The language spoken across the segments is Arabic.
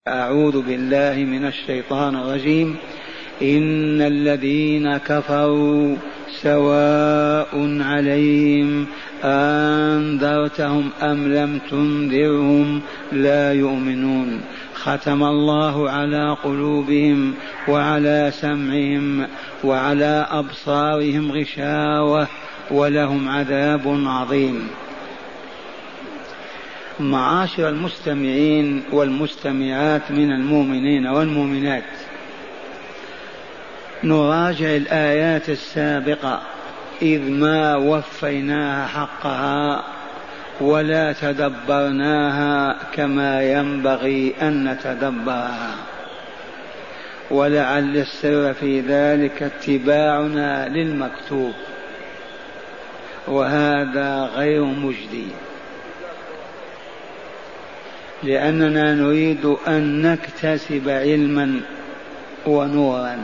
أعوذ بالله من الشيطان الرجيم. إن الذين كفروا سواء عليهم أنذرتهم أم لم تنذرهم لا يؤمنون. ختم الله على قلوبهم وعلى سمعهم وعلى أبصارهم غشاوة ولهم عذاب عظيم. معاشر المستمعين والمستمعات من المؤمنين والمؤمنات، نراجع الآيات السابقة إذ ما وفيناها حقها ولا تدبرناها كما ينبغي أن نتدبرها، ولعل السر في ذلك اتباعنا للمكتوب، وهذا غير مجدي، لأننا نريد أن نكتسب علما ونورا،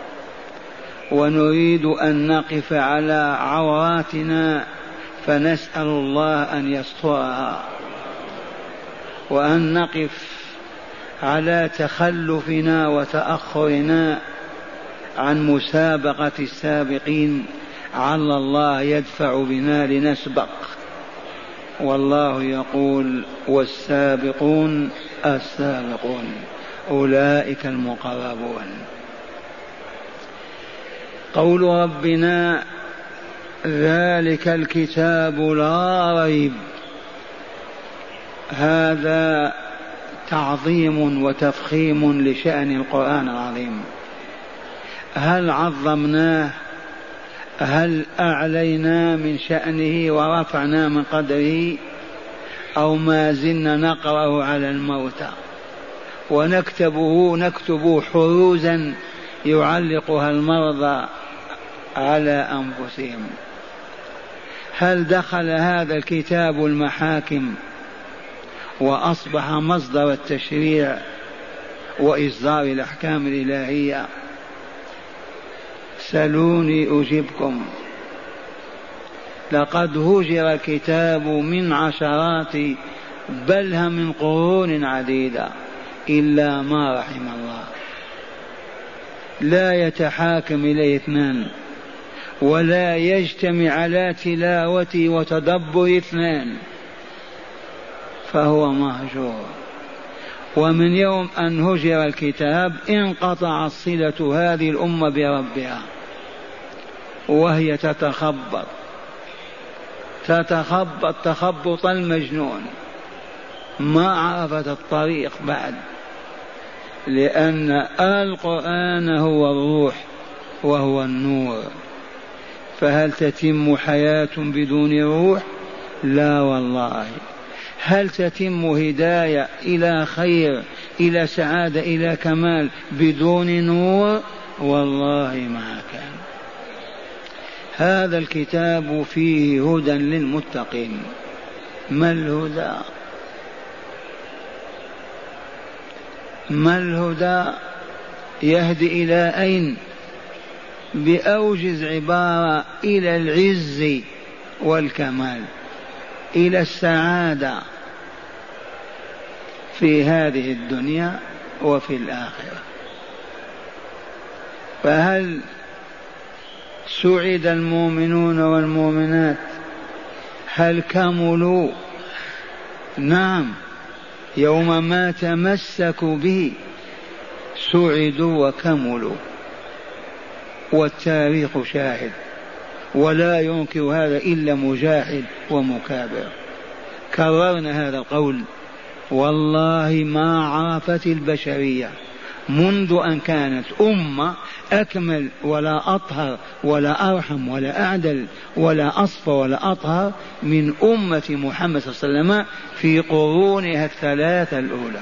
ونريد أن نقف على عوراتنا فنسأل الله أن يسترها، وأن نقف على تخلفنا وتأخرنا عن مسابقة السابقين، عل الله يدفع بنا لنسبق. والله يقول: والسابقون السابقون أولئك المقربون. قول ربنا: ذلك الكتاب لا ريب، هذا تعظيم وتفخيم لشأن القرآن العظيم. هل عظمناه؟ هل أعلينا من شأنه ورفعنا من قدره؟ أو ما زلنا نقرأه على الموتى ونكتب حروزا يعلقها المرضى على أنفسهم؟ هل دخل هذا الكتاب المحاكم وأصبح مصدر التشريع وإصدار الأحكام الإلهية؟ سلوني أجبكم. لقد هجر الكتاب من عشرات بل من قرون عديدة إلا ما رحم الله. لا يتحاكم إليه اثنان، ولا يجتمع على تلاوته وتدبر اثنان، فهو مهجور. ومن يوم أن هجر الكتاب انقطع صلة هذه الأمة بربها، وهي تتخبط تخبط المجنون، ما عرفت الطريق بعد، لأن القرآن هو الروح وهو النور. فهل تتم حياة بدون روح؟ لا والله. هل تتم هداية إلى خير إلى سعادة إلى كمال بدون نور؟ والله ما كان. هذا الكتاب فيه هدى للمتقين. ما الهدى؟ ما الهدى؟ يهدي إلى أين؟ بأوجز عبارة: إلى العز والكمال، إلى السعادة في هذه الدنيا وفي الآخرة. فهل سعد المؤمنون والمؤمنات؟ هل كملوا؟ نعم، يوم ما تمسكوا به سعدوا وكملوا، والتاريخ شاهد، ولا ينكر هذا إلا مجاهد ومكابر. كررنا هذا القول، والله ما عرفت البشرية منذ أن كانت أمة أكمل ولا أطهر ولا أرحم ولا أعدل ولا أصفى ولا أطهر من أمة محمد صلى الله عليه وسلم في قرونها الثلاثة الأولى،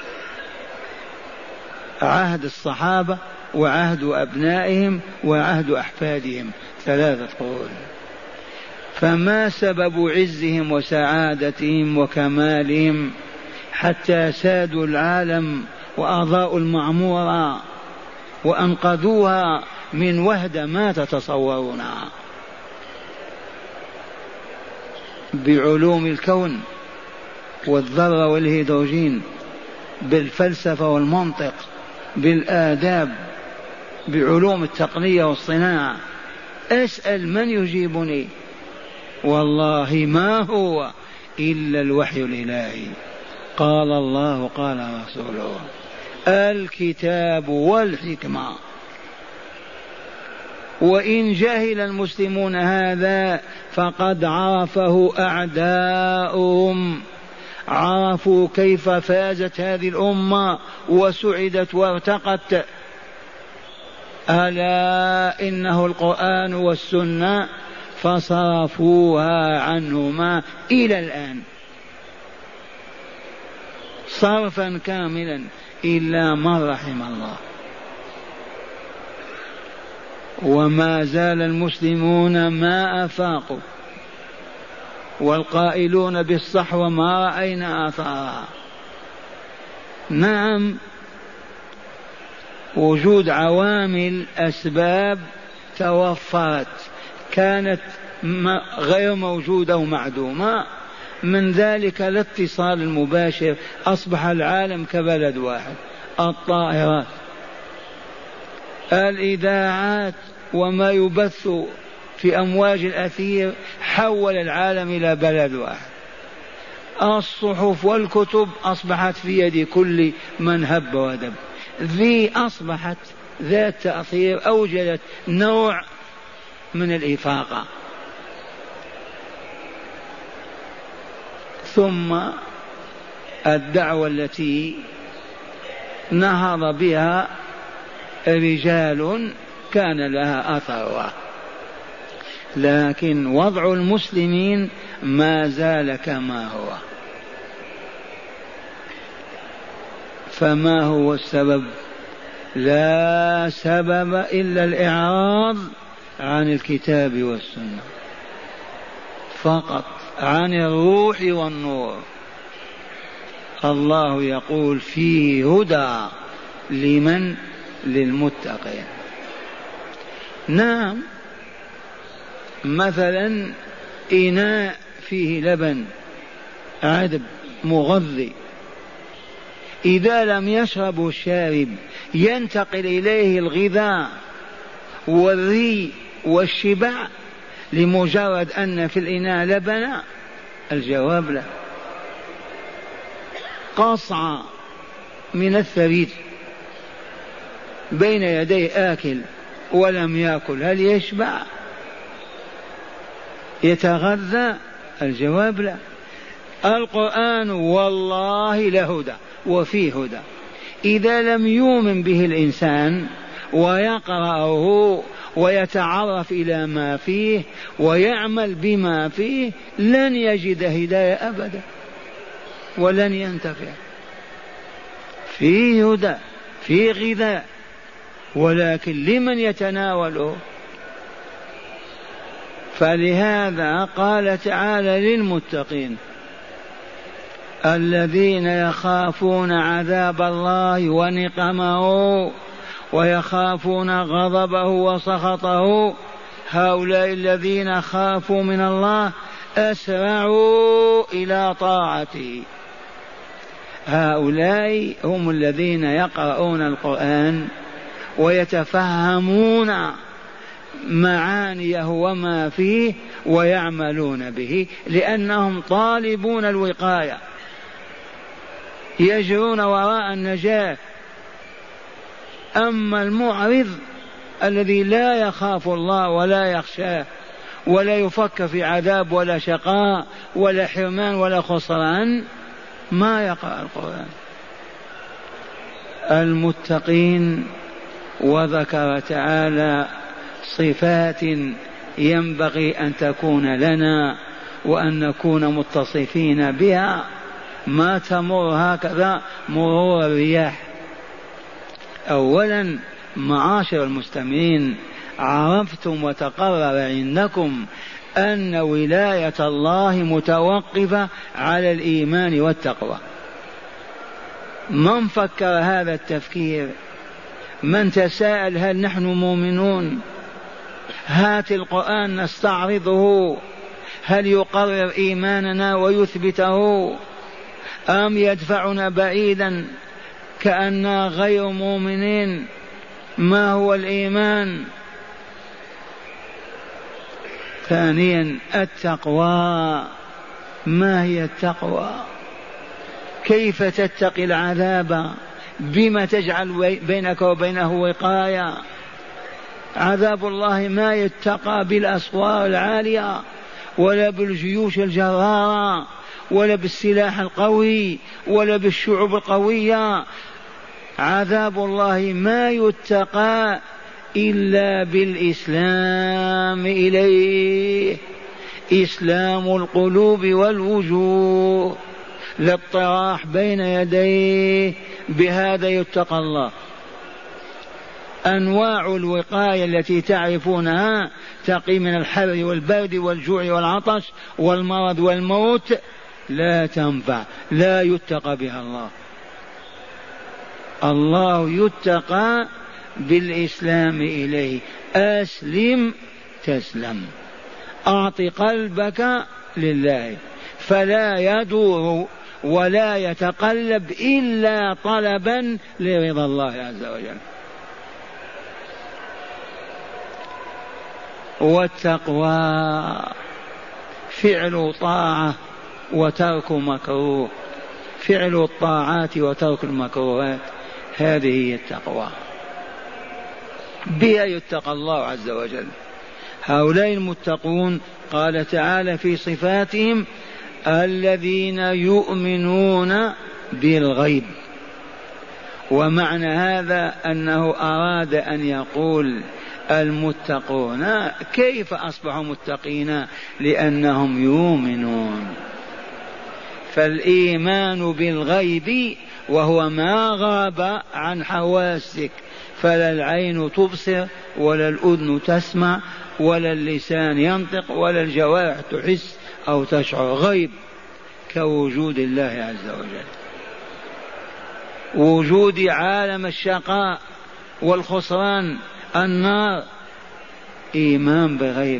عهد الصحابة وعهد أبنائهم وعهد أحفادهم، 3 قرون. فما سبب عزهم وسعادتهم وكمالهم حتى سادوا العالم وأضاءوا المعمورة وأنقذوها من وهدة ما تتصورونها؟ بعلوم الكون والذرة والهيدروجين، بالفلسفة والمنطق، بالآداب، بعلوم التقنية والصناعة. أسأل من يجيبني؟ والله ما هو إلا الوحي الإلهي. قال الله قال رسوله، الكتاب والحكمة. وإن جهل المسلمون هذا فقد عرفه أعداؤهم، عرفوا كيف فازت هذه الأمة وسعدت وارتقت. ألا إنه القرآن والسنة، فصرفوها عنهما إلى الآن صرفا كاملا إلا من رحم الله. وما زال المسلمون ما أفاقوا، والقائلون بالصحوة ما رأينا آثارها. نعم، وجود عوامل أسباب توفرت كانت غير موجودة ومعدومة، من ذلك الاتصال المباشر، أصبح العالم كبلد واحد، الطائرات، الإذاعات، وما يبث في أمواج الأثير حول العالم إلى بلد واحد. الصحف والكتب أصبحت في يد كل من هب ودب، ذي أصبحت ذات تأثير، أوجدت نوع من الإفاقة. ثم الدعوة التي نهض بها رجال كان لها أثرها، لكن وضع المسلمين ما زال كما هو. فما هو السبب؟ لا سبب إلا الإعراض عن الكتاب والسنة فقط، عن الروح والنور. الله يقول فيه هدى لمن؟ للمتقين. نعم، مثلا إناء فيه لبن عذب مغذي، إذا لم يشرب الشارب ينتقل إليه الغذاء والري والشبع لمجرد أن في الإناء لبنا؟ الجواب لا. قصعة من الثريد بين يديه آكل ولم يأكل، هل يشبع؟ يتغذى؟ الجواب لا. القرآن والله لهدى وفيه هدى، إذا لم يؤمن به الإنسان ويقرأه ويتعرف إلى ما فيه ويعمل بما فيه لن يجد هداية أبدا ولن ينتفع. فيه هدى، فيه غذاء، ولكن لمن يتناوله؟ فلهذا قال تعالى للمتقين الذين يخافون عذاب الله ونقمه ويخافون غضبه وسخطه، هؤلاء الذين خافوا من الله أسرعوا إلى طاعته. هؤلاء هم الذين يقرؤون القرآن ويتفهمون معانيه وما فيه ويعملون به، لأنهم طالبون الوقاية، يجرون وراء النجاة. أما المعرض الذي لا يخاف الله ولا يخشاه ولا يفكر في عذاب ولا شقاء ولا حرمان ولا خسران، ما يقرأ القرآن. المتقين، وذكر تعالى صفات ينبغي أن تكون لنا وأن نكون متصفين بها، ما تمر هكذا مرور الرياح. أولا معاشر المستمعين، عرفتم وتقرر عندكم أن ولاية الله متوقفة على الإيمان والتقوى. من فكر هذا التفكير؟ من تساءل هل نحن مؤمنون؟ هات القرآن نستعرضه، هل يقرر إيماننا ويثبته أم يدفعنا بعيدا كأننا غير مؤمنين. ما هو الإيمان؟ ثانيا التقوى. ما هي التقوى؟ كيف تتقي العذاب؟ بما تجعل بينك وبينه وقاية؟ عذاب الله ما يتقى بالأسوار العالية ولا بالجيوش الجرارة ولا بالسلاح القوي ولا بالشعوب القوية. عذاب الله ما يتقى إلا بالإسلام إليه، إسلام القلوب والوجوه، الاطراح بين يديه، بهذا يتقى الله. أنواع الوقاية التي تعرفونها تقي من الحر والبرد والجوع والعطش والمرض والموت لا تنفع، لا يتقى بها الله. الله يتقى بالإسلام إليه. أسلم تسلم، أعط قلبك لله، فلا يدور ولا يتقلب إلا طلبا لرضا الله عز وجل. والتقوى فعل طاعة وترك مكروه، فعل الطاعات وترك المكروهات، هذه هي التقوى، بها يتقى الله عز وجل. هؤلاء المتقون قال تعالى في صفاتهم: الذين يؤمنون بالغيب. ومعنى هذا أنه أراد أن يقول المتقون كيف أصبحوا متقين؟ لأنهم يؤمنون. فالإيمان بالغيب وهو ما غاب عن حواسك، فلا العين تبصر ولا الأذن تسمع ولا اللسان ينطق ولا الجوارح تحس أو تشعر، غيب كوجود الله عز وجل، وجود عالم الشقاء والخسران، النار. إيمان بغيب،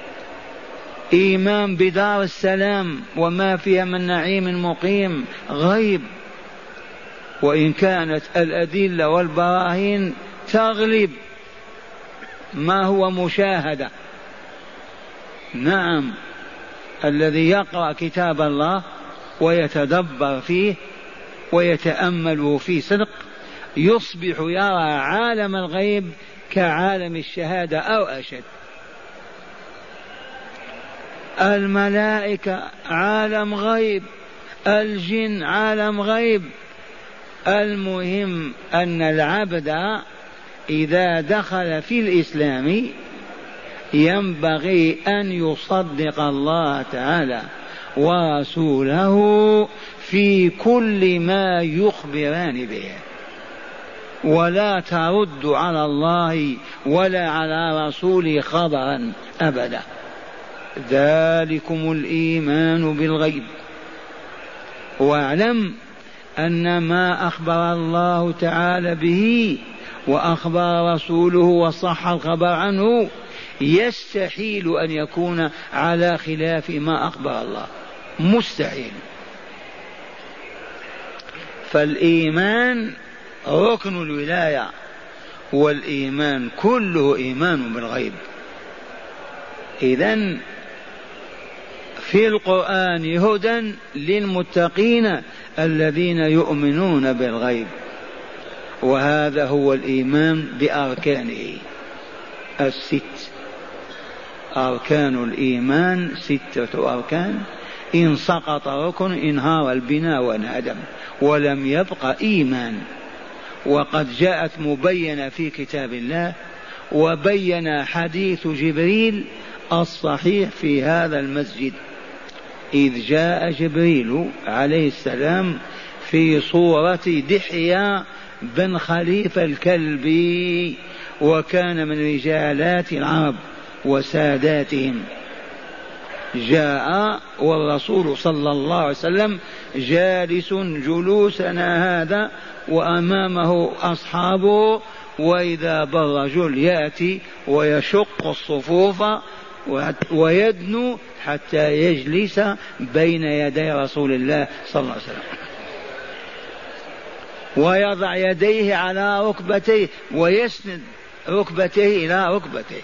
إيمان بدار السلام وما فيها من نعيم مقيم، غيب. وإن كانت الأدلة والبراهين تغلب ما هو مشاهدة. نعم، الذي يقرأ كتاب الله ويتدبر فيه ويتأمل فيه صدق يصبح يرى عالم الغيب كعالم الشهادة أو أشد. الملائكة عالم غيب، الجن عالم غيب. المهم أن العبد إذا دخل في الإسلام ينبغي أن يصدق الله تعالى ورسوله في كل ما يخبران به، ولا ترد على الله ولا على رسوله خبرا أبدا. ذلكم الإيمان بالغيب. واعلم أن ما أخبر الله تعالى به وأخبر رسوله وصح الخبر عنه يستحيل أن يكون على خلاف ما أخبر الله، مستحيل. فالإيمان ركن الولاية، والإيمان كله إيمان بالغيب. إذن في القرآن هدى للمتقين الذين يؤمنون بالغيب، وهذا هو الإيمان بأركانه الست. أركان الإيمان 6 أركان، إن سقط ركن انهار البناء وانهدم ولم يبق إيمان. وقد جاءت مبينة في كتاب الله، وبين حديث جبريل الصحيح في هذا المسجد إذ جاء جبريل عليه السلام في صورة دحية بن خليفة الكلبي، وكان من رجالات العرب وساداتهم. جاء والرسول صلى الله عليه وسلم جالس جلوسنا هذا وأمامه أصحابه، وإذا بالرجل يأتي ويشق الصفوف ويدنو حتى يجلس بين يدي رسول الله صلى الله عليه وسلم. ويضع يديه على ركبتيه ويسند ركبتيه إلى ركبتيه،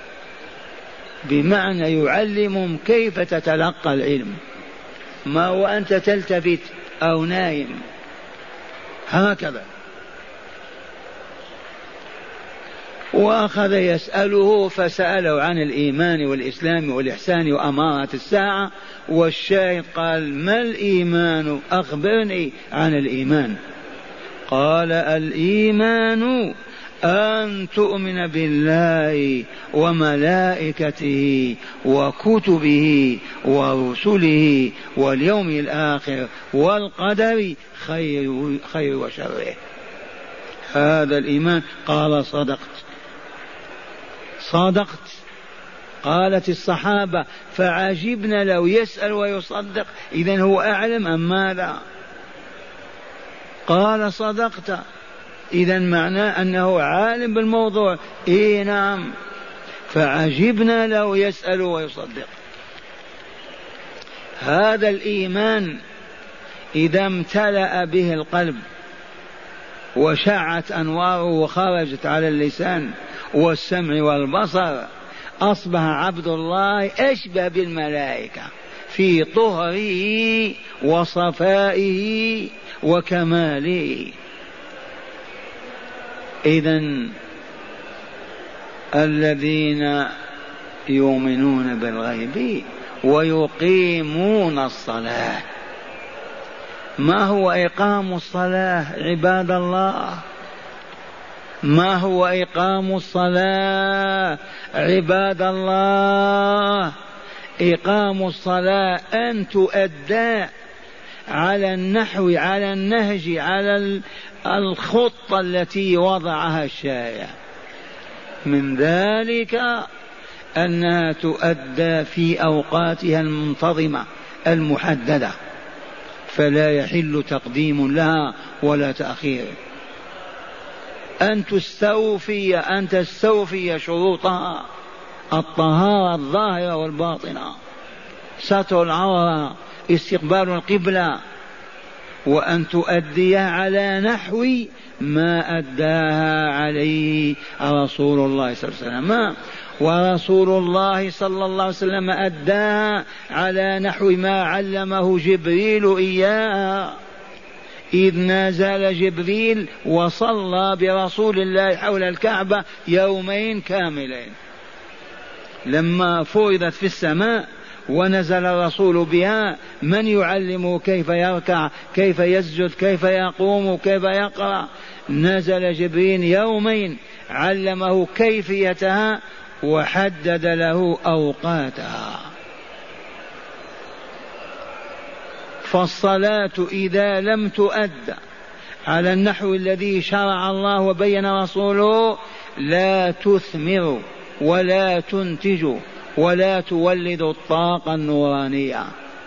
بمعنى يعلمهم كيف تتلقى العلم، ما هو أنت تلتفت أو نايم، هكذا. وأخذ يسأله فسأله عن الإيمان والإسلام والإحسان وأمارة الساعة، والشاهد قال: ما الإيمان؟ أخبرني عن الإيمان. قال: الإيمان أن تؤمن بالله وملائكته وكتبه ورسله واليوم الآخر والقدر خير وشره. هذا الإيمان. قال: صدقت. صدقت. قالت الصحابة: فعجبنا لو يسأل ويصدق، إذن هو أعلم أم ماذا؟ قال: صدقت، إذن معناه أنه عالم بالموضوع. إيه نعم. فعجبنا لو يسأل ويصدق. هذا الإيمان إذا امتلأ به القلب وشعت أنواره وخرجت على اللسان والسمع والبصر، أصبح عبد الله أشبه بالملائكة في طهره وصفائه وكماله. إذن الذين يؤمنون بالغيب ويقيمون الصلاة. ما هو إقام الصلاة عباد الله؟ ما هو إقام الصلاة عباد الله؟ إقام الصلاة أن تؤدى على النحو، على النهج، على الخطة التي وضعها الشارع. من ذلك أنها تؤدى في أوقاتها المنتظمة المحددة، فلا يحل تقديم لها ولا تأخير. أن تستوفي شروطها: الطهارة الظاهرة والباطنة، ستر العورة، استقبال القبلة، وأن تؤديها على نحو ما أداها عليه رسول الله صلى الله عليه وسلم. ورسول الله صلى الله عليه وسلم أداها على نحو ما علمه جبريل إياها، إذ نزل جبريل وصلى برسول الله حول الكعبة يومين كاملين. لما فرضت في السماء ونزل الرسول بها، من يعلمه كيف يركع، كيف يسجد، كيف يقوم، كيف يقرأ؟ نزل جبريل يومين علمه كيفيتها وحدد له أوقاتها. فالصلاة إذا لم تؤد على النحو الذي شرع الله وبين رسوله لا تثمر ولا تنتج ولا تولد الطاقة النورانية.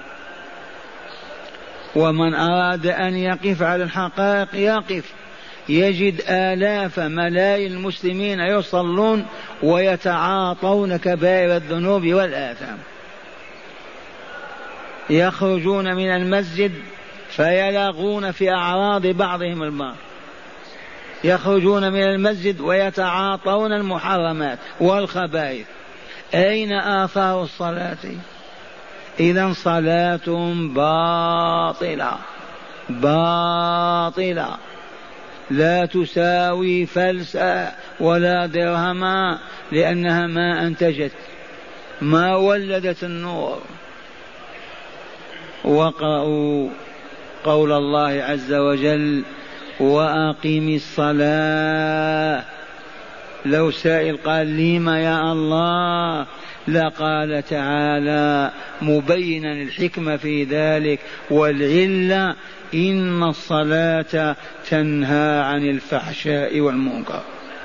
ومن أراد أن يقف على الحقائق يقف، يجد آلاف ملايين المسلمين يصلون ويتعاطون كبائر الذنوب والآثام، يخرجون من المسجد فيلغون في أعراض بعضهم البعض، يخرجون من المسجد ويتعاطون المحرمات والخبائث. أين آثار الصلاة؟ إذن صلاة باطلة باطلة، لا تساوي فلسا ولا درهما، لأنها ما أنتجت، ما ولدت النور. وقرأوا قول الله عز وجل: وأقم الصلاة. لو سائل قال: لما يا الله؟ لقال تعالى مبينا الحكمة في ذلك والعلة: إن الصلاة تنهى عن الفحشاء والمنكر.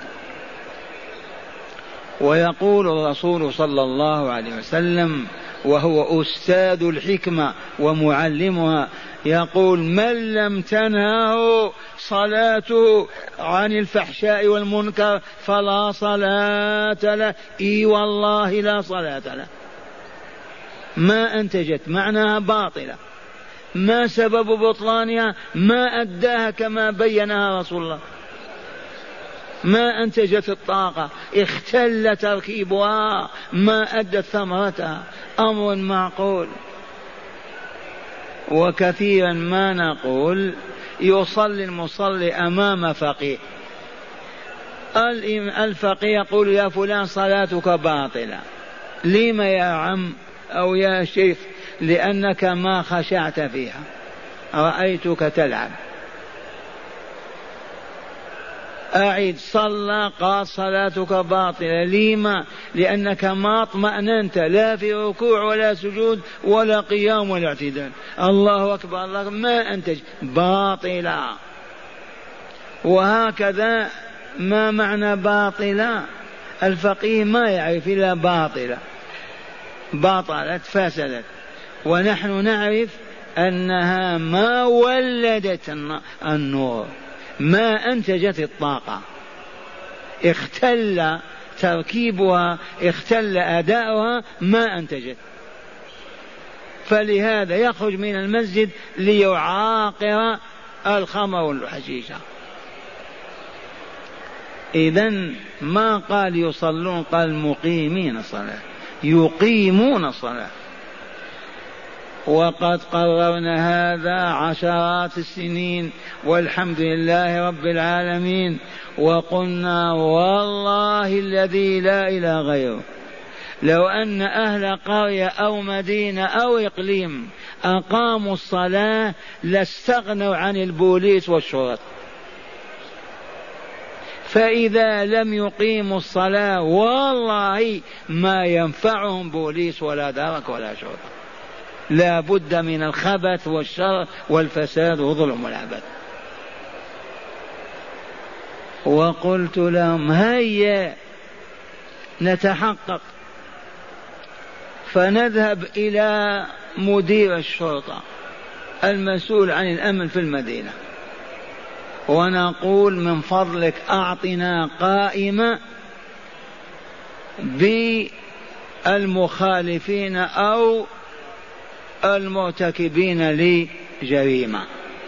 ويقول الرسول صلى الله عليه وسلم وهو أستاذ الحكمة ومعلمها، يقول: من لم تنهه صلاته عن الفحشاء والمنكر فلا صلاة له. إي والله لا صلاة له، ما أنتجت، معناها باطلة، ما سبب بطلانها؟ ما أداها كما بينها رسول الله، ما أنتجت الطاقة، اختل تركيبها، ما أدت ثمرتها. أمر معقول. وكثيرا ما نقول يصلي المصلي أمام فقيه، الفقيه يقول يا فلان صلاتك باطلة. لما يا عم أو يا شيخ؟ لأنك ما خشعت فيها، رأيتك تلعب. أعد، صلى، قال صلاتك باطلة. لما؟ لأنك ما اطمأننت لا في ركوع ولا سجود ولا قيام ولا اعتدال. الله أكبر، الله ما أنتج، باطلة. وهكذا ما معنى باطلة؟ الفقيه ما يعرف إلا باطلة، باطلت فسدت. ونحن نعرف أنها ما ولدت النور، ما أنتجت الطاقة، اختل تركيبها، اختل أداؤها، ما أنتجت. فلهذا يخرج من المسجد ليعاقر الخمر والحشيشة. إذن ما قال يصلون، قال مقيمين الصلاة، يقيمون الصلاة. وقد قررنا هذا عشرات السنين والحمد لله رب العالمين. وقلنا والله الذي لا إله غيره لو أن أهل قرية أو مدينة أو إقليم أقاموا الصلاة لاستغنوا عن البوليس والشرطة. فإذا لم يقيموا الصلاة والله ما ينفعهم بوليس ولا درك ولا شرطة. لا بد من الخبث والشر والفساد والظلم والعبث. وقلت لهم هيا نتحقق، فنذهب إلى مدير الشرطة المسؤول عن الأمن في المدينة ونقول من فضلك أعطنا قائمة بالمخالفين أو المرتكبين لجريمة.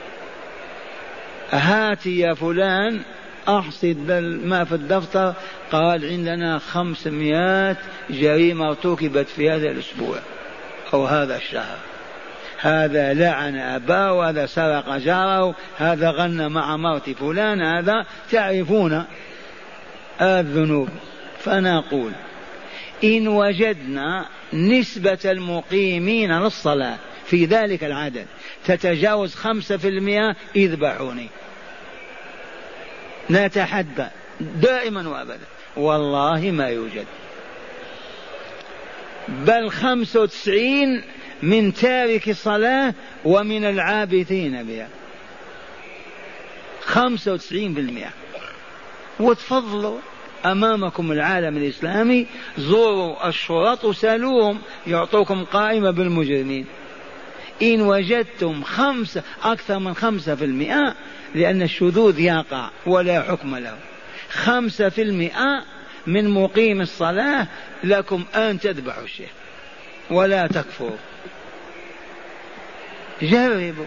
هات يا فلان أحصد ما في الدفتر. قال عندنا 500 جريمة ارتكبت في هذا الأسبوع أو هذا الشهر. هذا لعن أباه، وهذا سرق جاره، هذا غنى مع مرت فلان، هذا تعرفون الذنوب. فنقول إن وجدنا نسبة المقيمين للصلاة في ذلك العدد تتجاوز 5% اذبحوني. نتحدى دائما وابدا، والله ما يوجد. بل 95 من تارك الصلاة ومن العابثين بها، 95%. وتفضلوا أمامكم العالم الإسلامي، زوروا الشرط وسألوهم يعطوكم قائمة بالمجرمين. إن وجدتم أكثر من 5%، لأن الشذوذ يقع ولا حكم له، 5% من مقيم الصلاة لكم أن تذبحوا الشيخ ولا تكفروا. جربوا،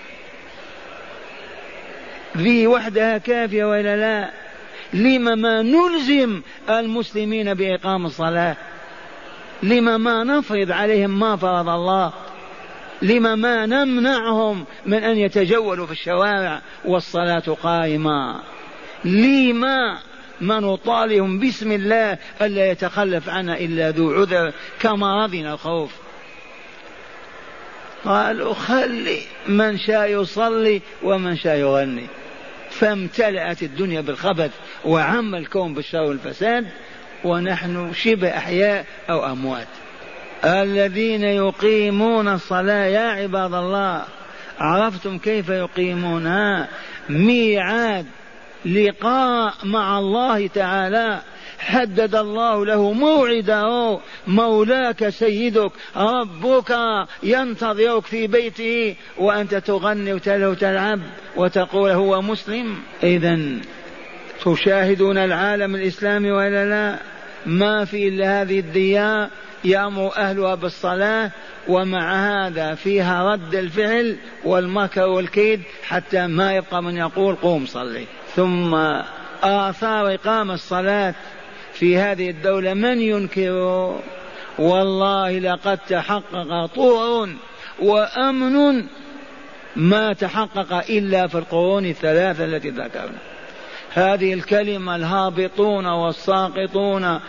ذي وحدها كافية ولا لا؟ لما ما نلزم المسلمين بإقام الصلاة؟ لما ما نفرض عليهم ما فرض الله؟ لما ما نمنعهم من أن يتجولوا في الشوارع والصلاة قائمة؟ لما ما نطالهم باسم الله ألا يتخلف عنا إلا ذو عذر كمرضنا الخوف؟ قالوا خلي من شاء يصلي ومن شاء يغني. فامتلأت الدنيا بالخبث وعم الكون بالشر والفساد، ونحن شبه أحياء أو أموات. الذين يقيمون الصلاة يا عباد الله، عرفتم كيف يقيمونها؟ ميعاد لقاء مع الله تعالى، حدد الله له موعده. مولاك سيدك ربك ينتظرك في بيته وأنت تغني وتلعب وتقول هو مسلم. إذن تشاهدون العالم الإسلامي ولا لا؟ ما في إلا هذه الديار يأمر أهلها بالصلاة، ومع هذا فيها رد الفعل والمكر والكيد حتى ما يبقى من يقول قوم صلي. ثم آثار إقامة الصلاة في هذه الدولة من ينكر؟ والله لقد تحقق طهر وأمن ما تحقق إلا في القرون الثلاثة التي ذكرنا. هذه الكلمة الهابطون والساقطون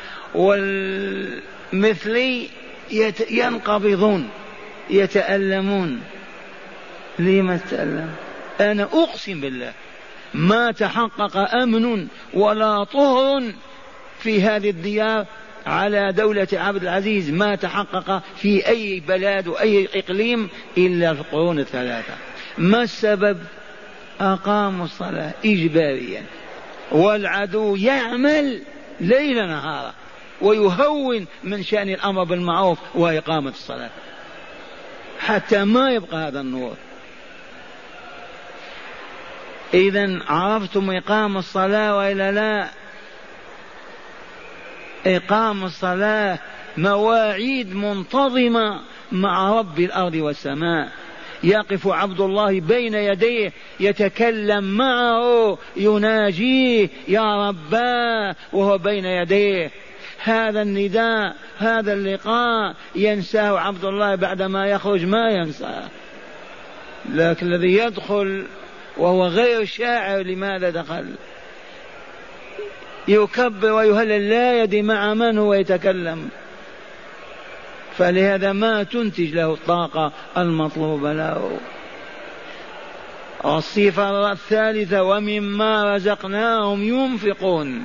والمثلي ينقبضون يتألمون. لما تتألم؟ أنا أقسم بالله ما تحقق أمن ولا طهر في هذه الديار على دولة عبد العزيز ما تحقق في أي بلاد وأي إقليم إلا في القرون الثلاثة. ما السبب؟ أقاموا الصلاة إجباريا، والعدو يعمل ليل نهارا ويهون من شأن الأمر بالمعروف وإقامة الصلاة حتى ما يبقى هذا النور. إذن عرفتم إقام الصلاة وإلا لا؟ إقام الصلاة مواعيد منتظمة مع رب الأرض والسماء. يقف عبد الله بين يديه يتكلم معه يناجيه يا رباه وهو بين يديه. هذا النداء هذا اللقاء ينساه عبد الله بعدما يخرج ما ينساه، لكن الذي يدخل وهو غير شاعر لماذا دخل يكبر ويهلل لا يدري مع من هو يتكلم، فلهذا ما تنتج له الطاقة المطلوبة له. الصفة الثالثة ومما رزقناهم ينفقون.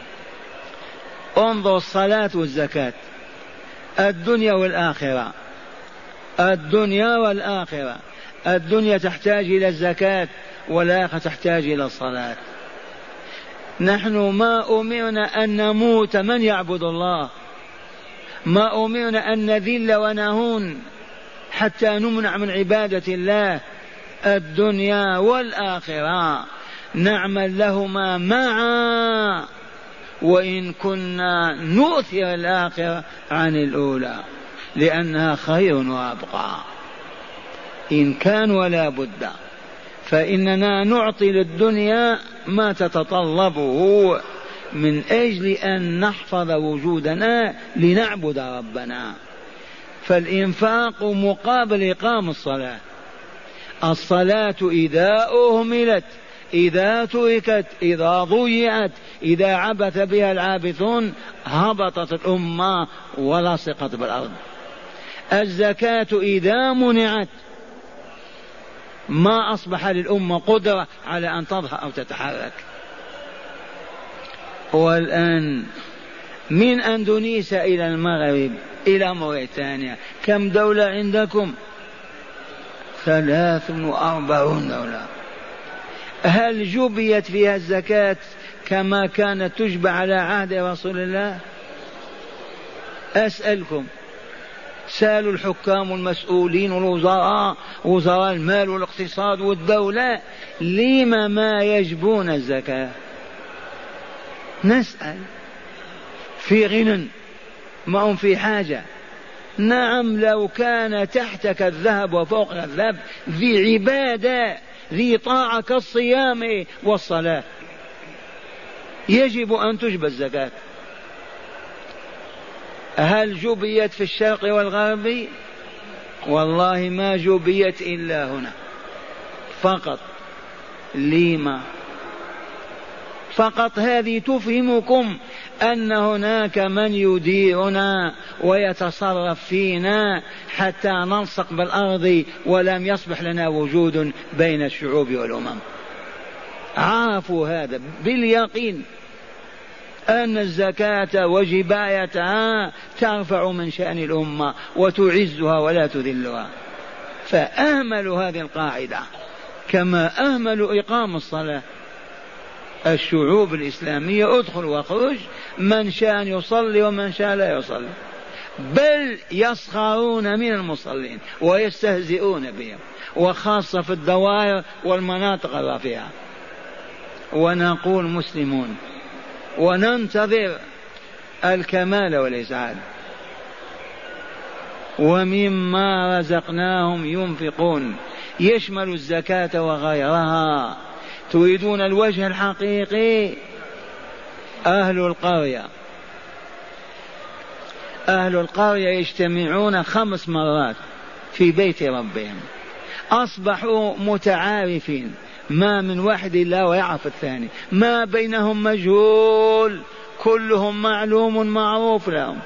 انظر الصلاة والزكاة، الدنيا والآخرة، الدنيا والآخرة. الدنيا تحتاج إلى الزكاة والآخرة تحتاج إلى الصلاة. نحن ما أمرنا أن نموت من يعبد الله، ما أمرنا أن نذل ونهون حتى نمنع من عبادة الله. الدنيا والآخرة نعمل لهما معا، وإن كنا نؤثر الآخرة عن الأولى لأنها خير وأبقى إن كان ولا بد. فإننا نعطي للدنيا ما تتطلبه من أجل أن نحفظ وجودنا لنعبد ربنا. فالإنفاق مقابل إقام الصلاة. الصلاة إذا أهملت، إذا تركت، إذا ضيعت، إذا عبث بها العابثون هبطت الأمة ولصقت بالأرض. الزكاة إذا منعت ما أصبح للأمة قدرة على أن تظهر أو تتحرك. والآن من أندونيسيا إلى المغرب إلى موريتانيا كم دولة عندكم؟ 43 دولة. هل جبيت فيها الزكاة كما كانت تجبى على عهد رسول الله؟ أسألكم، سالوا الحكام والمسؤولين والوزراء وزراء المال والاقتصاد والدولة لما ما يجبون الزكاة؟ نسأل. في غنى ما هم في حاجة. نعم لو كان تحتك الذهب وفوقك الذهب ذي عبادة ذي طاعة كالصيام والصلاة يجب أن تجب الزكاة. هل جبيت في الشرق والغرب؟ والله ما جبيت إلا هنا فقط. لما؟ فقط هذه تفهمكم أن هناك من يديرنا ويتصرف فينا حتى نلصق بالأرض ولم يصبح لنا وجود بين الشعوب والأمم. عرفوا هذا باليقين أن الزكاة وجبايتها ترفع من شأن الأمة وتعزها ولا تذلها، فأهملوا هذه القاعدة كما أهملوا إقام الصلاة. الشعوب الإسلامية ادخل واخرج، من شاء يصلي ومن شاء لا يصلي، بل يسخرون من المصلين ويستهزئون بهم، وخاصة في الدوائر والمناطق الرفيعة. ونقول مسلمون وننتظر الكمال والإسعاد. ومما رزقناهم ينفقون يشمل الزكاة وغيرها. تريدون الوجه الحقيقي؟ أهل القرية يجتمعون 5 مرات في بيت ربهم، أصبحوا متعارفين، ما من واحد إلا ويعرف الثاني، ما بينهم مجهول، كلهم معلوم معروف لهم.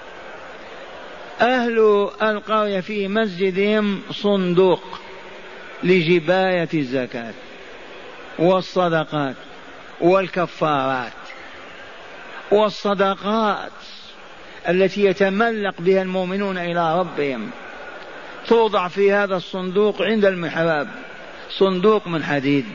أهل القرية في مسجدهم صندوق لجباية الزكاة والصدقات والكفارات والصدقات التي يتملق بها المؤمنون إلى ربهم، توضع في هذا الصندوق عند المحراب، صندوق من حديد.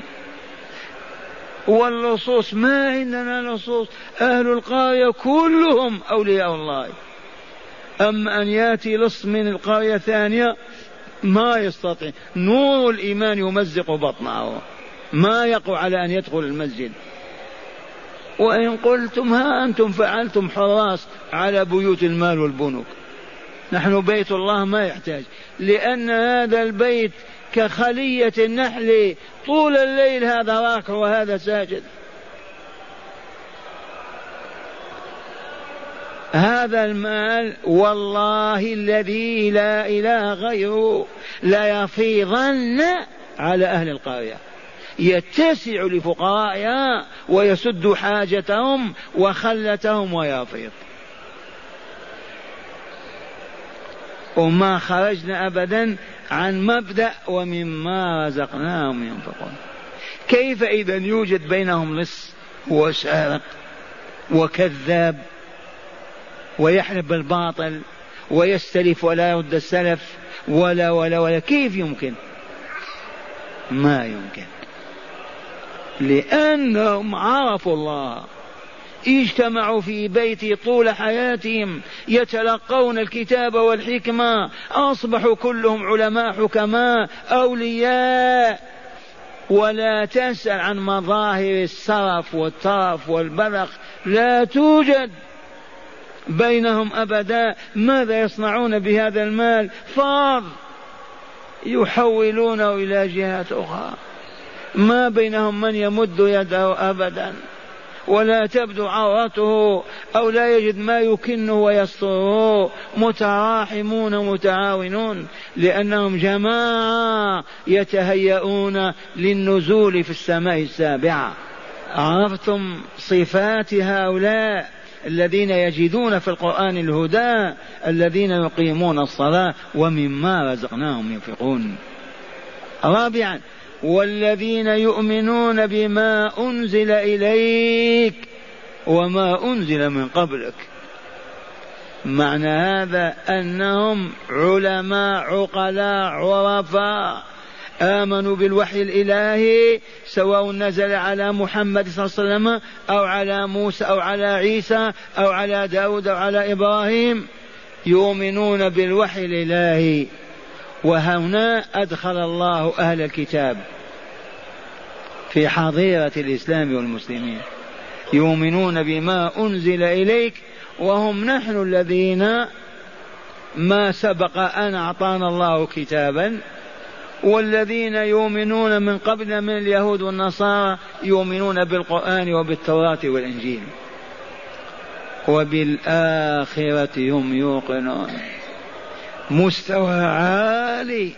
واللصوص ما عندنا لصوص، أهل القرية كلهم أولياء الله. أما أن يأتي لص من القرية الثانية ما يستطيع، نور الإيمان يمزق بطنه، ما يقع على أن يدخل المسجد. وإن قلتم ها أنتم فعلتم حراس على بيوت المال والبنوك، نحن بيت الله ما يحتاج، لأن هذا البيت كخلية النحل، طول الليل هذا راكع وهذا ساجد. هذا المال والله الذي لا إله غيره ليفيضن على أهل القرية، يتسع لفقرائها ويسد حاجتهم وخلتهم ويفيض. وما خرجنا أبدا عن مبدأ ومما رزقناهم ينفقون. كيف إذا يوجد بينهم لص وسارق وكذاب ويحلف بالباطل ويستلف ولا يرد السلف ولا كيف يمكن؟ ما يمكن، لأنهم عرفوا الله، اجتمعوا في بيتي طول حياتهم يتلقون الكتاب والحكمة، أصبحوا كلهم علماء حكماء أولياء. ولا تسأل عن مظاهر السرف والطرف والبذخ، لا توجد بينهم أبدا. ماذا يصنعون بهذا المال؟ فاض يحولونه إلى جهات أخرى، ما بينهم من يمد يده أبدا، ولا تبدو عورته أو لا يجد ما يكنه ويستره. متراحمون متعاونون، لأنهم جماعة يتهيئون للنزول في السماء السابعة. عرفتم صفات هؤلاء الذين يجدون في القرآن الهدى، الذين يقيمون الصلاة ومما رزقناهم ينفقون. رابعا والذين يؤمنون بما أنزل إليك وما أنزل من قبلك. معنى هذا أنهم علماء عقلاء عرفاء، آمنوا بالوحي الإلهي سواء نزل على محمد صلى الله عليه وسلم أو على موسى أو على عيسى أو على داود أو على إبراهيم، يؤمنون بالوحي الإلهي. وهنا أدخل الله أهل الكتاب في حظيرة الإسلام والمسلمين، يؤمنون بما أنزل إليك، وهم نحن الذين ما سبق أن أعطانا الله كتابا. والذين يؤمنون من قبل من اليهود والنصارى يؤمنون بالقرآن وبالتوراة والإنجيل، وبالآخرة هم يوقنون. مستوى عالي.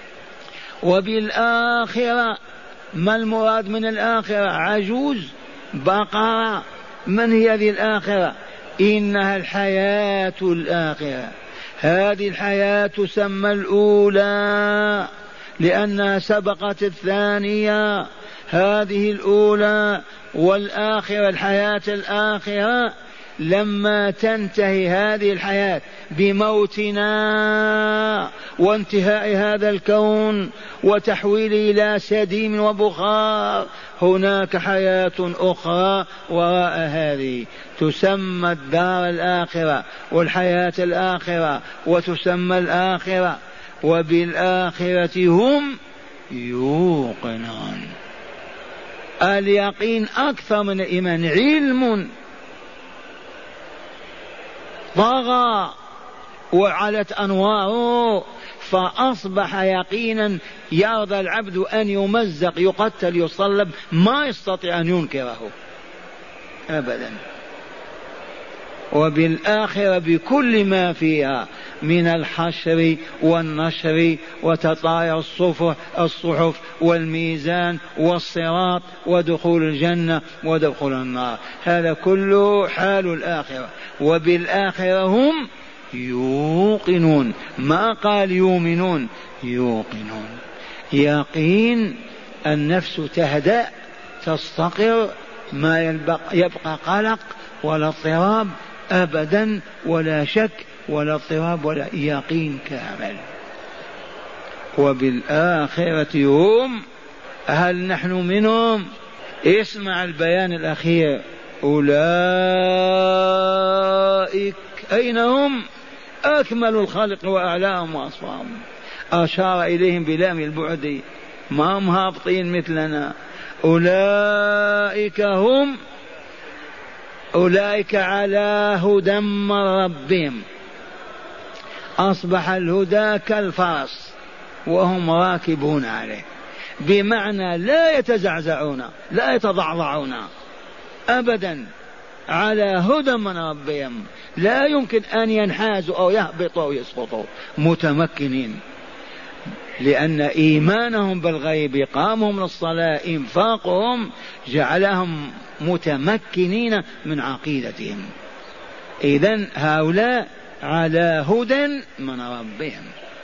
وبالآخرة ما المراد من الآخرة؟ عجوز؟ بقرة؟ من هي هذه الآخرة؟ إنها الحياة الآخرة. هذه الحياة تسمى الأولى لأنها سبقت الثانية. هذه الأولى والآخرة، الحياة الآخرة لما تنتهي هذه الحياة بموتنا وانتهاء هذا الكون وتحويله إلى سديم وبخار، هناك حياة أخرى وراء هذه تسمى الدار الآخرة والحياة الآخرة وتسمى الآخرة. وبالآخرة هم يوقنون. اليقين أكثر من الإيمان، علم طغى وعلت أنواره، فأصبح يقينا يرضى العبد أن يمزق يقتل يصلب، ما يستطيع أن ينكره أبدا. وبالآخرة بكل ما فيها من الحشر والنشر وتطاير الصحف والميزان والصراط ودخول الجنة ودخول النار، هذا كله حال الآخرة. وبالآخرة هم يوقنون، ما قال يؤمنون، يوقنون. يقين النفس تهدأ تستقر، ما يبقى قلق ولا اضطراب أبدا، ولا شك ولا اضطراب ولا يقين كامل. وبالآخرة هم، هل نحن منهم؟ اسمع البيان الأخير، أولئك أين هم؟ أكمل الخلق وأعلاهم وأصفاهم، أشار إليهم بلام البعد، ما هم هابطين مثلنا. أولئك هم، أولئك على هدى من ربهم، أصبح الهدى كالفرس وهم راكبون عليه، بمعنى لا يتزعزعون لا يتضعضعون أبدا، على هدى من ربهم، لا يمكن أن ينحازوا أو يهبطوا أو يسقطوا، متمكنين، لأن إيمانهم بالغيب، قامهم للصلاة، إنفاقهم جعلهم متمكنين من عقيدتهم. إذن هؤلاء على هدى من ربهم،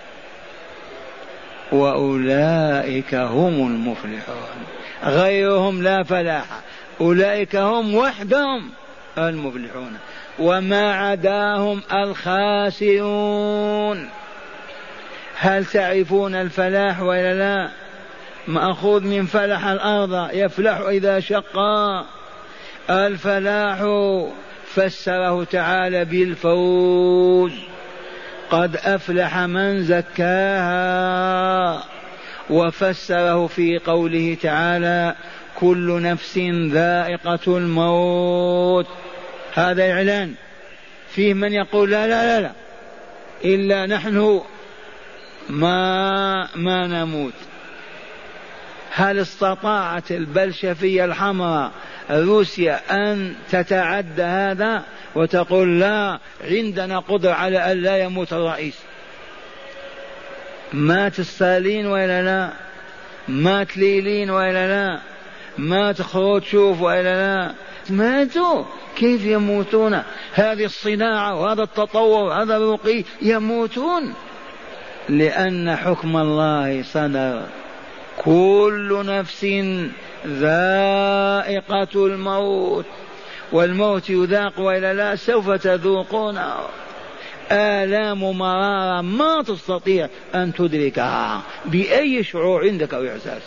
وأولئك هم المفلحون، غيرهم لا فلاح، أولئك هم وحدهم المفلحون، وما عداهم الخاسرون. هل تعرفون الفلاح ولا لا؟ مأخوذ من فلح الأرض، يفلح إذا شقا. الفلاح فسره تعالى بالفوز، قد أفلح من زكاها، وفسره في قوله تعالى كل نفس ذائقة الموت. هذا إعلان، فيه من يقول لا لا لا لا إلا نحن ما نموت. هل استطاعت البلشفية الحمراء روسيا أن تتعدى هذا وتقول لا عندنا قدرة على أن لا يموت الرئيس؟ مات ستالين ولا لا؟ مات ليلين ولا لا؟ مات خروتشوف ولا لا؟ ماتوا. كيف يموتون؟ هذه الصناعة وهذا التطور وهذا الرقي يموتون، لأن حكم الله صدر، كل نفس ذائقة الموت، والموت يذاق وإلا لا؟ سوف تذوقون آلام مرارة ما تستطيع أن تدركها بأي شعور عندك أو إحساس.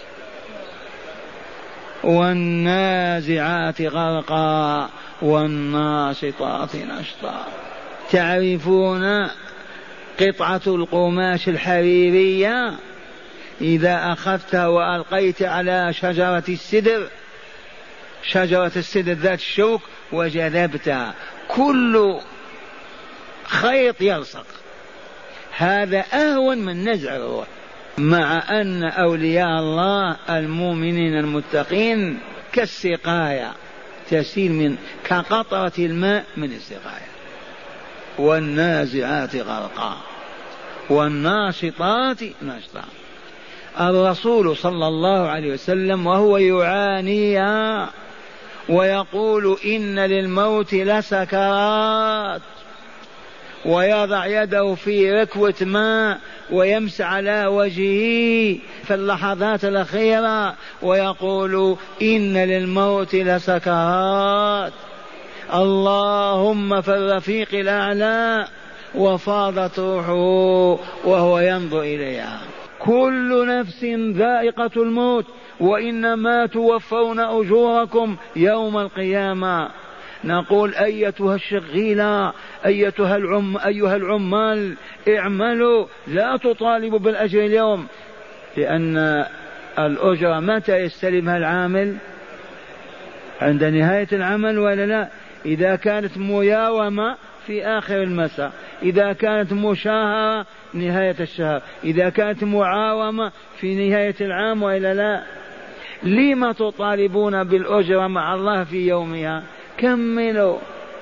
والنازعات غرقا والناشطات نشطا. تعرفون قطعة القماش الحريرية إذا أخذتها وألقيت على شجرة السدر ذات الشوك وجذبتها، كل خيط يلصق، هذا أهون من نزع الروح. مع أن أولياء الله المؤمنين المتقين كالسقاية، تسيل من كقطرة الماء من السقاية. والنازعات غرقا والناشطات نشطا. الرسول صلى الله عليه وسلم وهو يعانيها ويقول إن للموت لسكرات، ويضع يده في ركوة ماء ويمسح على وجهه في اللحظات الأخيرة ويقول إن للموت لسكرات، اللهم في الرفيق الأعلى، وفاضت روحه وهو ينظر إليها. كل نفس ذائقة الموت وإنما توفون أجوركم يوم القيامة. نقول أيتها الشغيلة أيها العمال اعملوا، لا تطالبوا بالأجر اليوم، لأن الأجرة متى يستلمها العامل؟ عند نهاية العمل ولا لا؟ إذا كانت مياومة في آخر المساء، إذا كانت مشاهرة نهاية الشهر، إذا كانت معاومة في نهاية العام، وإلا لا؟ لما تطالبون بالأجر مع الله في يومها؟ كملوا.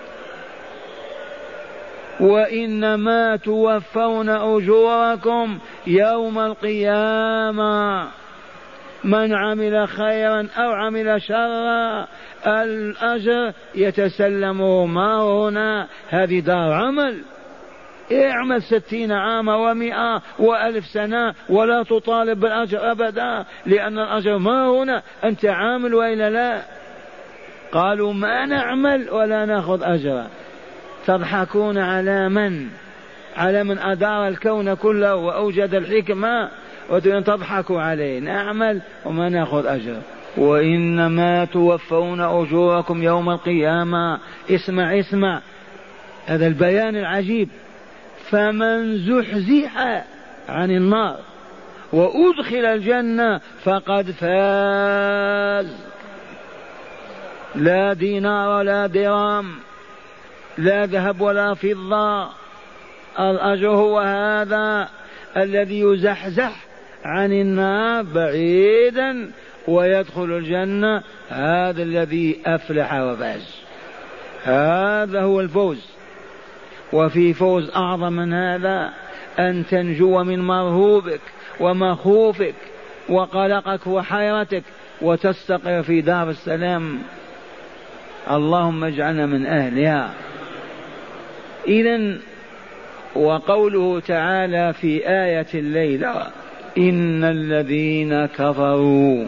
وإنما توفون أجوركم يوم القيامة، من عمل خيرا أو عمل شرا الأجر يتسلمه ما هنا، هذه دار عمل. اعمل 60 عاما 100 و1000 سنة ولا تطالب بالأجر أبدا، لأن الأجر ما هنا، أنت عامل وإلا لا؟ قالوا ما نعمل ولا نأخذ أجرا. تضحكون على من؟ على من أدار الكون كله وأوجد الحكمة، وتضحكوا عليه. نعمل وما نأخذ أجر. وإنما توفون أجوركم يوم القيامة. اسمع هذا البيان العجيب. فمن زحزح عن النار وأدخل الجنة فقد فاز. لا دينار ولا درهم، لا ذهب ولا فضة، الأجر هو هذا الذي يزحزح عن النار بعيدا ويدخل الجنة، هذا الذي أفلح وفاز. هذا هو الفوز. وفي فوز أعظم من هذا، أن تنجو من مرهوبك ومخوفك وقلقك وحيرتك وتستقر في دار السلام. اللهم اجعلنا من أهلها. إذن وقوله تعالى في آية الليلة: إن الذين كفروا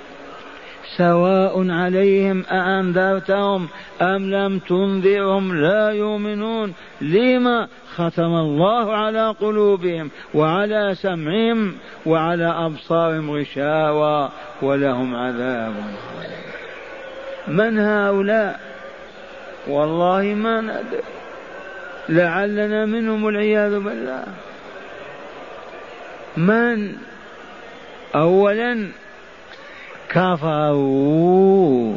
سواء عليهم أأنذرتهم أم لم تنذرهم لا يؤمنون. لما؟ ختم الله على قلوبهم وعلى سمعهم وعلى أبصارهم غشاوة ولهم عذاب. من هؤلاء؟ والله ما ندري، لعلنا منهم والعياذ بالله. من؟ أولا كفروا،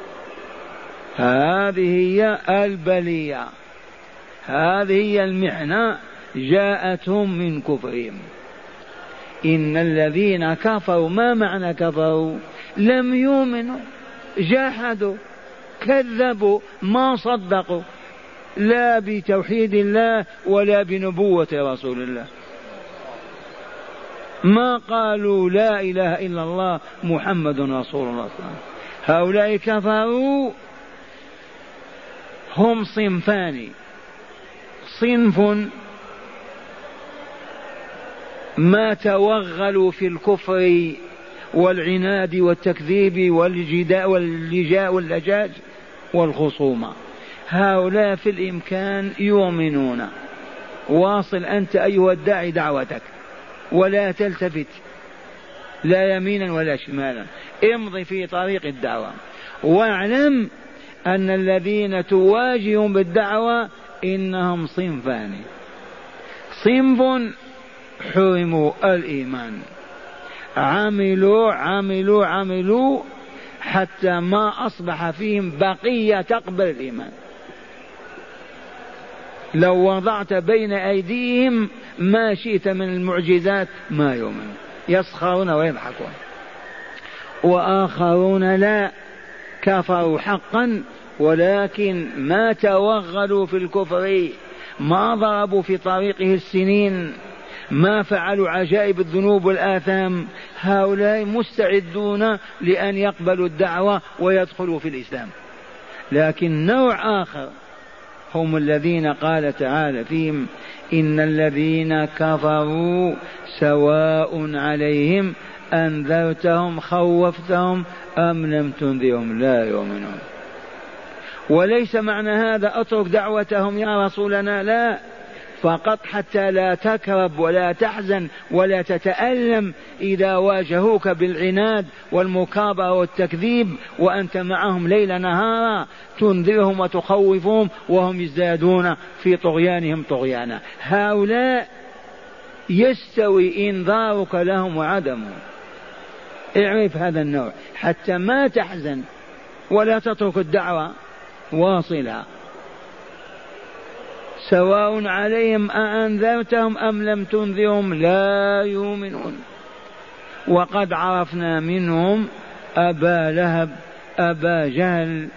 هذه هي البلية، هذه هي المحنة جاءتهم من كفرهم. إن الذين كفروا، ما معنى كفروا؟ لم يؤمنوا، جحدوا، كذبوا، ما صدقوا لا بتوحيد الله ولا بنبوة رسول الله، ما قالوا لا إله إلا الله محمد رسول الله صلى الله عليه وسلم. هؤلاء كفروا. هم صنفان: صنف ما توغلوا في الكفر والعناد والتكذيب واللجاء واللجاج والخصومة، هؤلاء في الإمكان يؤمنون. واصل أنت أيها الداعي دعوتك ولا تلتفت لا يمينا ولا شمالا، امضي في طريق الدعوة، واعلم أن الذين تواجههم بالدعوة إنهم صنفان: صنف حرموا الإيمان، عملوا حتى ما أصبح فيهم بقية تقبل الإيمان. لو وضعت بين أيديهم ما شئت من المعجزات ما يؤمن، يسخرون ويضحكون. وآخرون لا، كفروا حقا ولكن ما توغلوا في الكفر، ما ضربوا في طريقه السنين، ما فعلوا عجائب الذنوب والآثام. هؤلاء مستعدون لأن يقبلوا الدعوة ويدخلوا في الإسلام. لكن نوع آخر هم الذين قال تعالى فيهم: إن الذين كفروا سواء عليهم أنذرتهم خوفتهم أم لم تنذرهم لا يؤمنون. وليس معنى هذا اترك دعوتهم يا رسولنا، لا، فقط حتى لا تكرب ولا تحزن ولا تتألم إذا واجهوك بالعناد والمكابرة والتكذيب وأنت معهم ليل نهارا، تنذرهم وتخوفهم وهم يزدادون في طغيانهم طغيانا. هؤلاء يستوي إنذارك لهم وعدمهم. اعرف هذا النوع حتى ما تحزن ولا تترك الدعوة، واصلها. سواء عليهم أأنذرتهم أم لم تنذرهم لا يؤمنون. وقد عرفنا منهم أبا لهب، أبا جهل،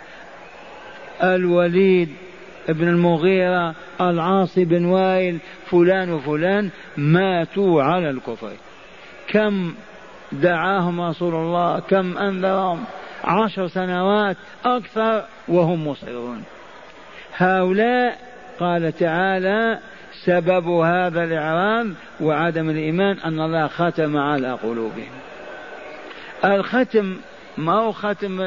الوليد ابن المغيرة، العاص بن وائل، فلان وفلان ماتوا على الكفر. كم دعاهم رسول الله، كم أنذرهم، 10 سنوات أكثر وهم مصرون. هؤلاء قال تعالى سبب هذا الإعراض وعدم الإيمان أن الله ختم على قلوبهم. الختم ما هو ختم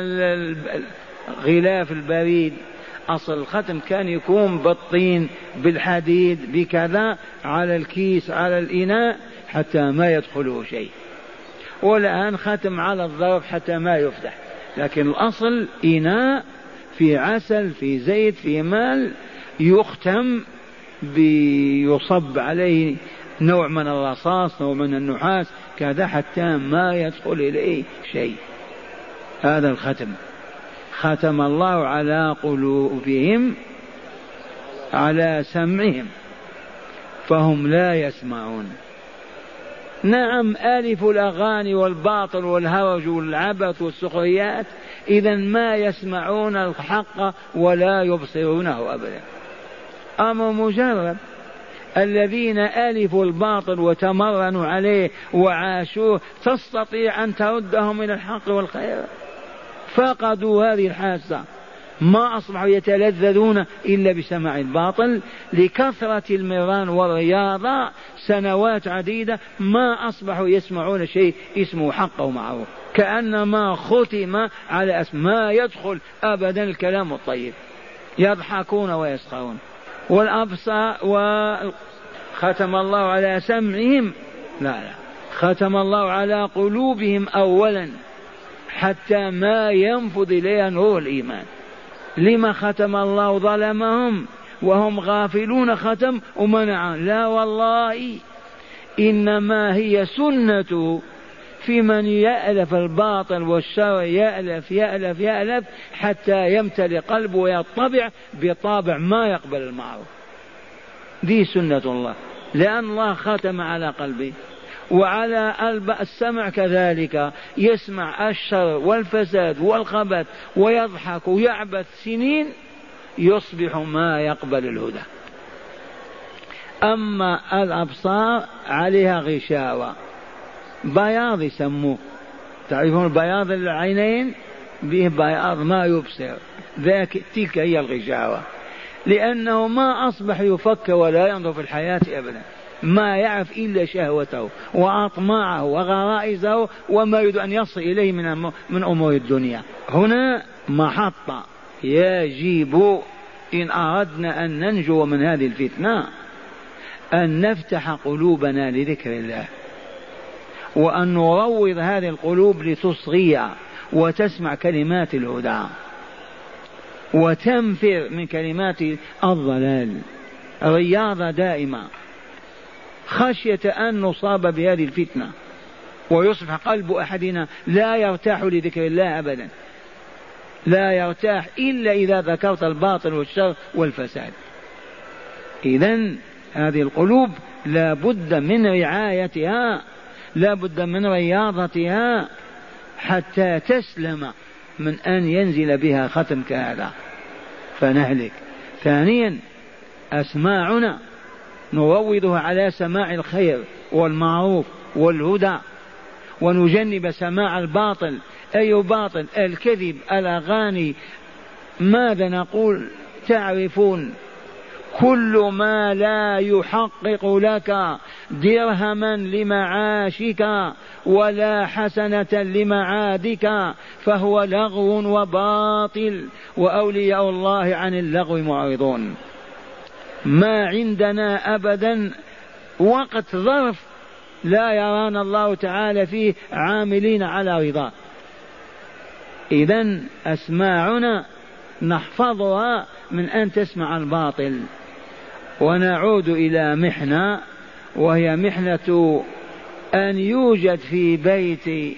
غلاف البريد، أصل الختم كان يكون بالطين بالحديد بكذا على الكيس على الإناء حتى ما يدخله شيء، والآن ختم على الظرف حتى ما يفتح. لكن الأصل إناء في عسل في زيت في مال يختم بيصب عليه نوع من الرصاص نوع من النحاس كذا حتى ما يدخل إليه شيء. هذا الختم. ختم الله على قلوبهم على سمعهم فهم لا يسمعون. نعم آلف الأغاني والباطل والهرج والعبث والسخريات، إذا ما يسمعون الحق ولا يبصرونه أبدا. أمر مجرد. الذين ألفوا الباطل وتمرنوا عليه وعاشوه تستطيع أن تردهم إلى الحق والخير؟ فقدوا هذه الحاسة، ما أصبحوا يتلذذون إلا بسماع الباطل. لكثرة المران والرياضة سنوات عديدة ما أصبحوا يسمعون شيء اسمه حق ومعروف، كأنما ختم على ما يدخل أبدا الكلام الطيب، يضحكون ويسخرون. والأبصار ختم الله على سمعهم، لا ختم الله على قلوبهم أولا حتى ما ينفذ إليها نور الإيمان. لما ختم الله؟ ظلمهم وهم غافلون ختم ومنع؟ لا والله، إنما هي سنة في من يألف الباطل والشر، يألف يألف يألف حتى يمتلئ قلبه ويطبع بطابع ما يقبل المعروف. دي سنة الله، لأن الله ختم على قلبه. وعلى السمع كذلك، يسمع الشر والفساد والخبث ويضحك ويعبث سنين يصبح ما يقبل الهدى. أما الأبصار عليها غشاوة، بياض يسموه، تعرفون بياض العينين به بياض ما يبصر، تلك هي الغشاوة، لأنه ما أصبح يفكر ولا ينظر في الحياة أبدا، ما يعرف إلا شهوته وأطماعه وغرائزه وما يريد أن يصل إليه من أمور الدنيا. هنا محطة يجب إن أردنا أن ننجو من هذه الفتنة أن نفتح قلوبنا لذكر الله، وأن نروض هذه القلوب لتصغي وتسمع كلمات الهدى وتنفر من كلمات الضلال. رياضة دائمة خشية أن نصاب بهذه الفتنة ويصبح قلب أحدنا لا يرتاح لذكر الله أبدا، لا يرتاح إلا إذا ذكرت الباطل والشر والفساد. إذن هذه القلوب لا بد من رعايتها، لا بد من رياضتها حتى تسلم من أن ينزل بها ختم كهذا فنهلك. ثانيا أسماعنا نروضها على سماع الخير والمعروف والهدى، ونجنب سماع الباطل. أي باطل؟ الكذب، الأغاني. ماذا نقول؟ تعرفون كل ما لا يحقق لك درهما لمعاشك ولا حسنة لمعادك فهو لغو وباطل، وأولياء الله عن اللغو معرضون. ما عندنا أبدا وقت ظرف لا يرانا الله تعالى فيه عاملين على رضاه. إذن أسماعنا نحفظها من أن تسمع الباطل. ونعود إلى محنة، وهي محنة أن يوجد في بيت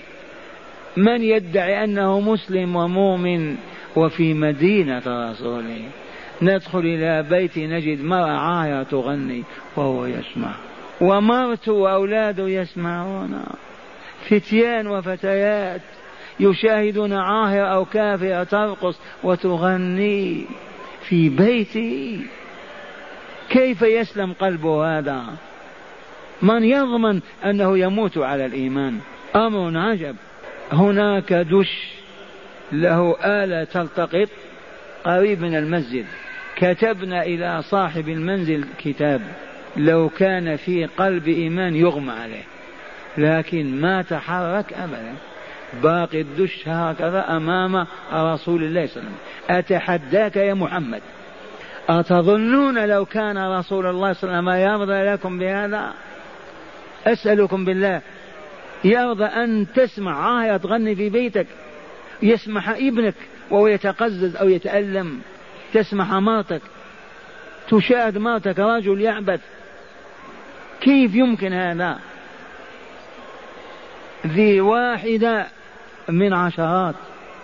من يدعي أنه مسلم ومؤمن وفي مدينة رسوله ندخل إلى بيت نجد مرأة عاهرة تغني وهو يسمع، ومرت وأولاده يسمعون، فتيان وفتيات يشاهدون عاهرة أو كافرة ترقص وتغني في بيته. كيف يسلم قلبه هذا؟ من يضمن أنه يموت على الإيمان؟ أمر عجب. هناك دش له آلة تلتقط قريب من المسجد، كتبنا إلى صاحب المنزل كتاب لو كان في قلب إيمان يغمى عليه، لكن ما تحرك أبدا، باقي الدش هكذا أمام رسول الله صلى الله عليه وسلم. أتحداك يا محمد، أتظنون لو كان رسول الله صلى الله عليه وسلم يرضى لكم بهذا؟ أسألكم بالله، يرضى أن تسمع عاهرة تغني في بيتك؟ يسمح ابنك وهو يتقزز أو يتألم، تسمح مرتك، تشاهد مرتك رجل يعبث، كيف يمكن هذا؟ ذي واحدة من عشرات.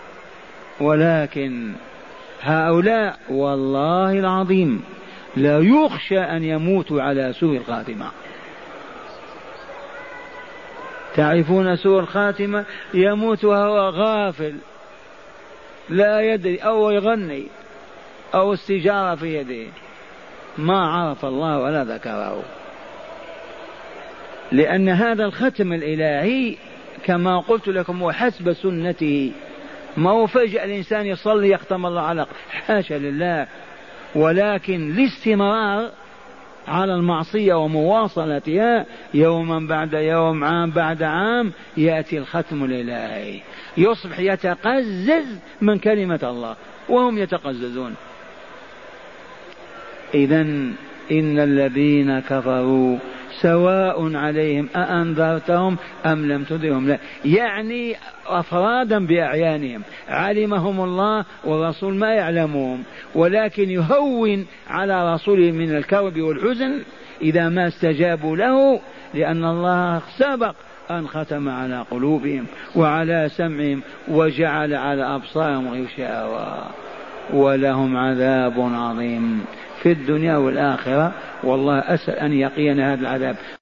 ولكن هؤلاء والله العظيم لا يخشى أن يموتوا على سوء الخاتمة. تعرفون سوء الخاتمة؟ يموت وهو غافل لا يدري، أو يغني أو السجارة في يده، ما عرف الله ولا ذكره. لأن هذا الختم الإلهي كما قلت لكم وحسب سنته، ما هو فجأة الإنسان يصلي يختم الله على، حاشا لله، ولكن الاستمرار على المعصية ومواصلتها يوما بعد يوم، عام بعد عام، يأتي الختم الإلهي، يصبح يتقزز من كلمة الله وهم يتقززون. إذن إن الذين كفروا سواء عليهم أأنذرتهم أم لم تنذرهم لا، يعني أفرادا بأعيانهم، علمهم الله والرسول ما يعلمهم، ولكن يهون على رسوله من الكرب والحزن إذا ما استجابوا له، لأن الله سبق أن ختم على قلوبهم وعلى سمعهم وجعل على أبصارهم غشاوة، ولهم عذاب عظيم في الدنيا والآخرة. والله أسأل أن يقينا هذا العذاب.